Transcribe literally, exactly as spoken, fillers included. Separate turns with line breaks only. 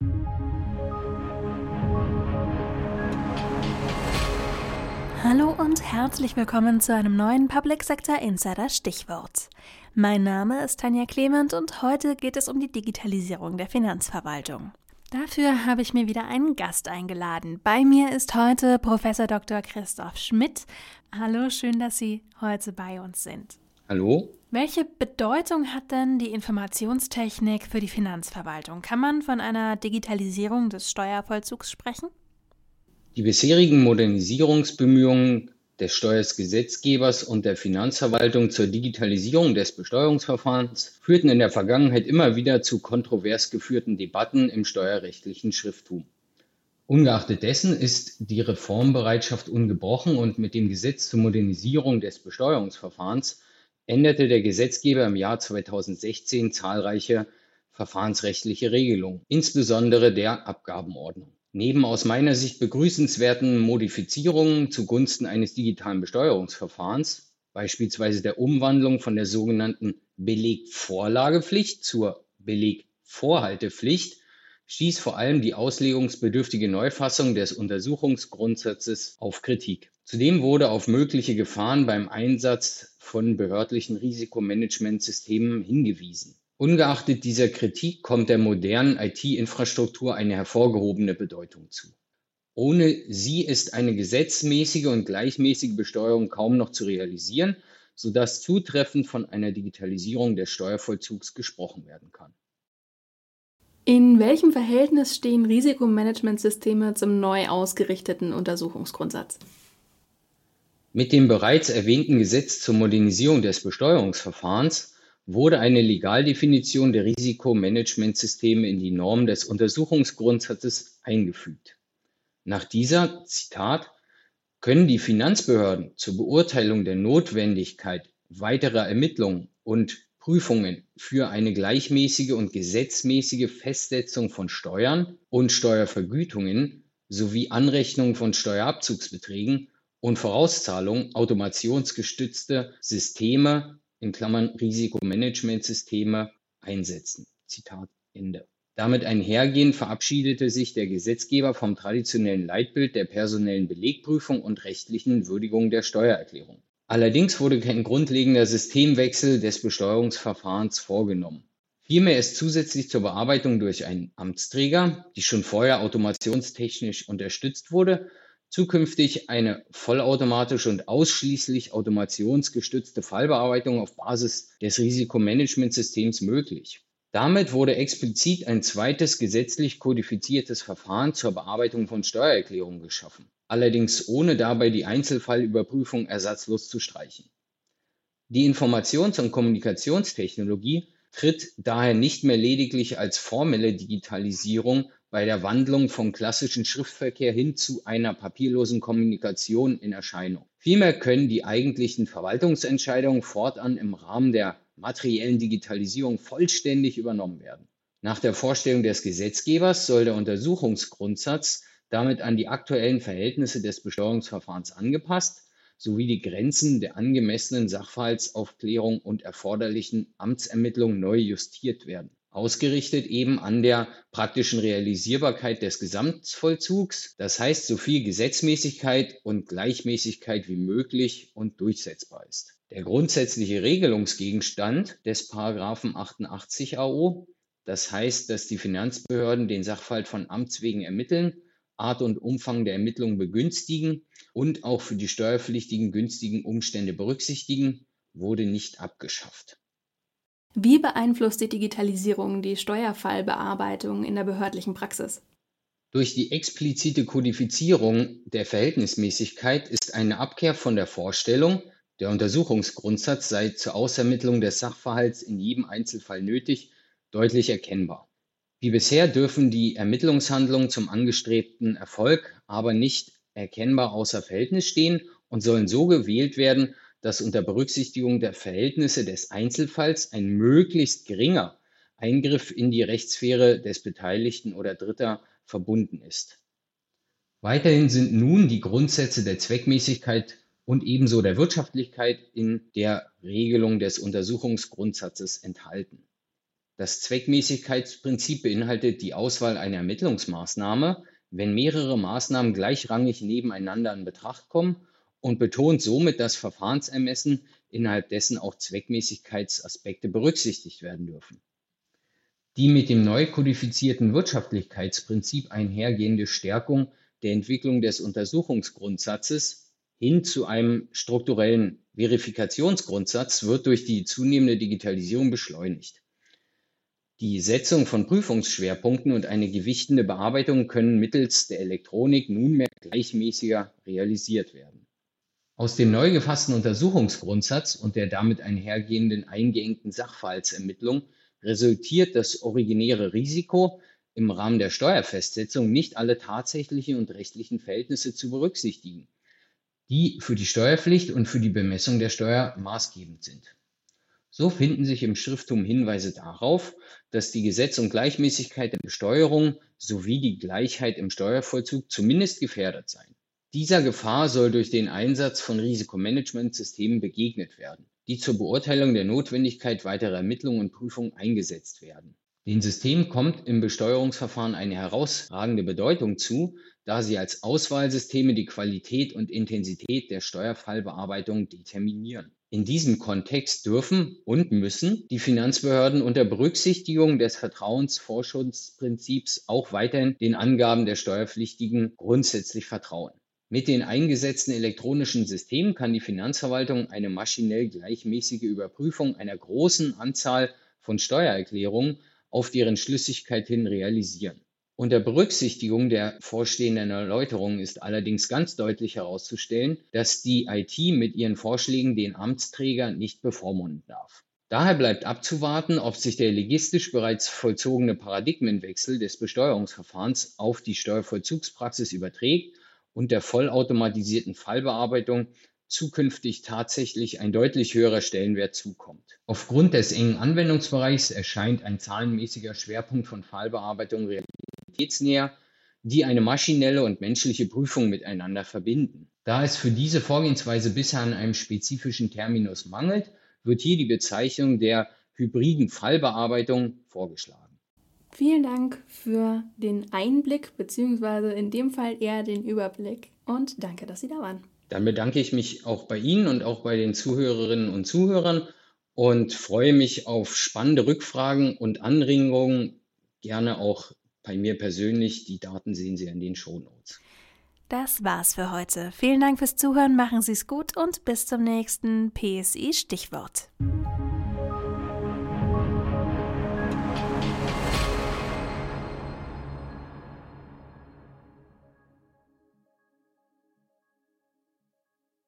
Hallo und herzlich willkommen zu einem neuen Public Sector Insider Stichwort. Mein Name ist Tanja Clement und heute geht es um die Digitalisierung der Finanzverwaltung. Dafür habe ich mir wieder einen Gast eingeladen. Bei mir ist heute Professor Doktor Christoph Schmidt. Hallo, schön, dass Sie heute bei uns sind.
Hallo.
Welche Bedeutung hat denn die Informationstechnik für die Finanzverwaltung? Kann man von einer Digitalisierung des Steuervollzugs sprechen?
Die bisherigen Modernisierungsbemühungen des Steuergesetzgebers und der Finanzverwaltung zur Digitalisierung des Besteuerungsverfahrens führten in der Vergangenheit immer wieder zu kontrovers geführten Debatten im steuerrechtlichen Schrifttum. Ungeachtet dessen ist die Reformbereitschaft ungebrochen und mit dem Gesetz zur Modernisierung des Besteuerungsverfahrens änderte der Gesetzgeber im Jahr zweitausendsechzehn zahlreiche verfahrensrechtliche Regelungen, insbesondere der Abgabenordnung. Neben aus meiner Sicht begrüßenswerten Modifizierungen zugunsten eines digitalen Besteuerungsverfahrens, beispielsweise der Umwandlung von der sogenannten Belegvorlagepflicht zur Belegvorhaltepflicht, stieß vor allem die auslegungsbedürftige Neufassung des Untersuchungsgrundsatzes auf Kritik. Zudem wurde auf mögliche Gefahren beim Einsatz von behördlichen Risikomanagementsystemen hingewiesen. Ungeachtet dieser Kritik kommt der modernen I T-Infrastruktur eine hervorgehobene Bedeutung zu. Ohne sie ist eine gesetzmäßige und gleichmäßige Besteuerung kaum noch zu realisieren, sodass zutreffend von einer Digitalisierung des Steuervollzugs gesprochen werden kann.
In welchem Verhältnis stehen Risikomanagementsysteme zum neu ausgerichteten Untersuchungsgrundsatz?
Mit dem bereits erwähnten Gesetz zur Modernisierung des Besteuerungsverfahrens wurde eine Legaldefinition der Risikomanagementsysteme in die Norm des Untersuchungsgrundsatzes eingefügt. Nach dieser, Zitat, können die Finanzbehörden zur Beurteilung der Notwendigkeit weiterer Ermittlungen und Prüfungen für eine gleichmäßige und gesetzmäßige Festsetzung von Steuern und Steuervergütungen sowie Anrechnung von Steuerabzugsbeträgen und Vorauszahlungen automationsgestützte Systeme in Klammern Risikomanagementsysteme einsetzen. Zitat Ende. Damit einhergehend verabschiedete sich der Gesetzgeber vom traditionellen Leitbild der personellen Belegprüfung und rechtlichen Würdigung der Steuererklärung. Allerdings wurde kein grundlegender Systemwechsel des Besteuerungsverfahrens vorgenommen. Vielmehr ist zusätzlich zur Bearbeitung durch einen Amtsträger, die schon vorher automationstechnisch unterstützt wurde, zukünftig eine vollautomatische und ausschließlich automationsgestützte Fallbearbeitung auf Basis des Risikomanagementsystems möglich. Damit wurde explizit ein zweites gesetzlich kodifiziertes Verfahren zur Bearbeitung von Steuererklärungen geschaffen, allerdings ohne dabei die Einzelfallüberprüfung ersatzlos zu streichen. Die Informations- und Kommunikationstechnologie tritt daher nicht mehr lediglich als formelle Digitalisierung bei der Wandlung vom klassischen Schriftverkehr hin zu einer papierlosen Kommunikation in Erscheinung. Vielmehr können die eigentlichen Verwaltungsentscheidungen fortan im Rahmen der materiellen Digitalisierung vollständig übernommen werden. Nach der Vorstellung des Gesetzgebers soll der Untersuchungsgrundsatz damit an die aktuellen Verhältnisse des Besteuerungsverfahrens angepasst sowie die Grenzen der angemessenen Sachverhaltsaufklärung und erforderlichen Amtsermittlungen neu justiert werden. Ausgerichtet eben an der praktischen Realisierbarkeit des Gesamtvollzugs, das heißt, so viel Gesetzmäßigkeit und Gleichmäßigkeit wie möglich und durchsetzbar ist. Der grundsätzliche Regelungsgegenstand des Paragraphen achtundachtzig A O, das heißt, dass die Finanzbehörden den Sachverhalt von Amts wegen ermitteln, Art und Umfang der Ermittlungen begünstigen und auch für die Steuerpflichtigen günstigen Umstände berücksichtigen, wurde nicht abgeschafft.
Wie beeinflusst die Digitalisierung die Steuerfallbearbeitung in der behördlichen Praxis?
Durch die explizite Kodifizierung der Verhältnismäßigkeit ist eine Abkehr von der Vorstellung, der Untersuchungsgrundsatz sei zur Ausermittlung des Sachverhalts in jedem Einzelfall nötig, deutlich erkennbar. Wie bisher dürfen die Ermittlungshandlungen zum angestrebten Erfolg aber nicht erkennbar außer Verhältnis stehen und sollen so gewählt werden, dass unter Berücksichtigung der Verhältnisse des Einzelfalls ein möglichst geringer Eingriff in die Rechtssphäre des Beteiligten oder Dritter verbunden ist. Weiterhin sind nun die Grundsätze der Zweckmäßigkeit und ebenso der Wirtschaftlichkeit in der Regelung des Untersuchungsgrundsatzes enthalten. Das Zweckmäßigkeitsprinzip beinhaltet die Auswahl einer Ermittlungsmaßnahme, wenn mehrere Maßnahmen gleichrangig nebeneinander in Betracht kommen, und betont somit das Verfahrensermessen, innerhalb dessen auch Zweckmäßigkeitsaspekte berücksichtigt werden dürfen. Die mit dem neu kodifizierten Wirtschaftlichkeitsprinzip einhergehende Stärkung der Entwicklung des Untersuchungsgrundsatzes hin zu einem strukturellen Verifikationsgrundsatz wird durch die zunehmende Digitalisierung beschleunigt. Die Setzung von Prüfungsschwerpunkten und eine gewichtende Bearbeitung können mittels der Elektronik nunmehr gleichmäßiger realisiert werden. Aus dem neu gefassten Untersuchungsgrundsatz und der damit einhergehenden eingeengten Sachverhaltsermittlung resultiert das originäre Risiko, im Rahmen der Steuerfestsetzung nicht alle tatsächlichen und rechtlichen Verhältnisse zu berücksichtigen, die für die Steuerpflicht und für die Bemessung der Steuer maßgebend sind. So finden sich im Schrifttum Hinweise darauf, dass die Gesetz- und Gleichmäßigkeit der Besteuerung sowie die Gleichheit im Steuervollzug zumindest gefährdet seien. Dieser Gefahr soll durch den Einsatz von Risikomanagementsystemen begegnet werden, die zur Beurteilung der Notwendigkeit weiterer Ermittlungen und Prüfungen eingesetzt werden. Den Systemen kommt im Besteuerungsverfahren eine herausragende Bedeutung zu, da sie als Auswahlsysteme die Qualität und Intensität der Steuerfallbearbeitung determinieren. In diesem Kontext dürfen und müssen die Finanzbehörden unter Berücksichtigung des Vertrauensvorschussprinzips auch weiterhin den Angaben der Steuerpflichtigen grundsätzlich vertrauen. Mit den eingesetzten elektronischen Systemen kann die Finanzverwaltung eine maschinell gleichmäßige Überprüfung einer großen Anzahl von Steuererklärungen auf deren Schlüssigkeit hin realisieren. Unter Berücksichtigung der vorstehenden Erläuterungen ist allerdings ganz deutlich herauszustellen, dass die I T mit ihren Vorschlägen den Amtsträger nicht bevormunden darf. Daher bleibt abzuwarten, ob sich der legistisch bereits vollzogene Paradigmenwechsel des Besteuerungsverfahrens auf die Steuervollzugspraxis überträgt und der vollautomatisierten Fallbearbeitung zukünftig tatsächlich ein deutlich höherer Stellenwert zukommt. Aufgrund des engen Anwendungsbereichs erscheint ein zahlenmäßiger Schwerpunkt von Fallbearbeitung realitätsnäher, die eine maschinelle und menschliche Prüfung miteinander verbinden. Da es für diese Vorgehensweise bisher an einem spezifischen Terminus mangelt, wird hier die Bezeichnung der hybriden Fallbearbeitung vorgeschlagen.
Vielen Dank für den Einblick, beziehungsweise in dem Fall eher den Überblick, und danke, dass Sie da waren.
Dann bedanke ich mich auch bei Ihnen und auch bei den Zuhörerinnen und Zuhörern und freue mich auf spannende Rückfragen und Anregungen, gerne auch bei mir persönlich. Die Daten sehen Sie in den Shownotes.
Das war's für heute. Vielen Dank fürs Zuhören, machen Sie es gut und bis zum nächsten P S I Stichwort.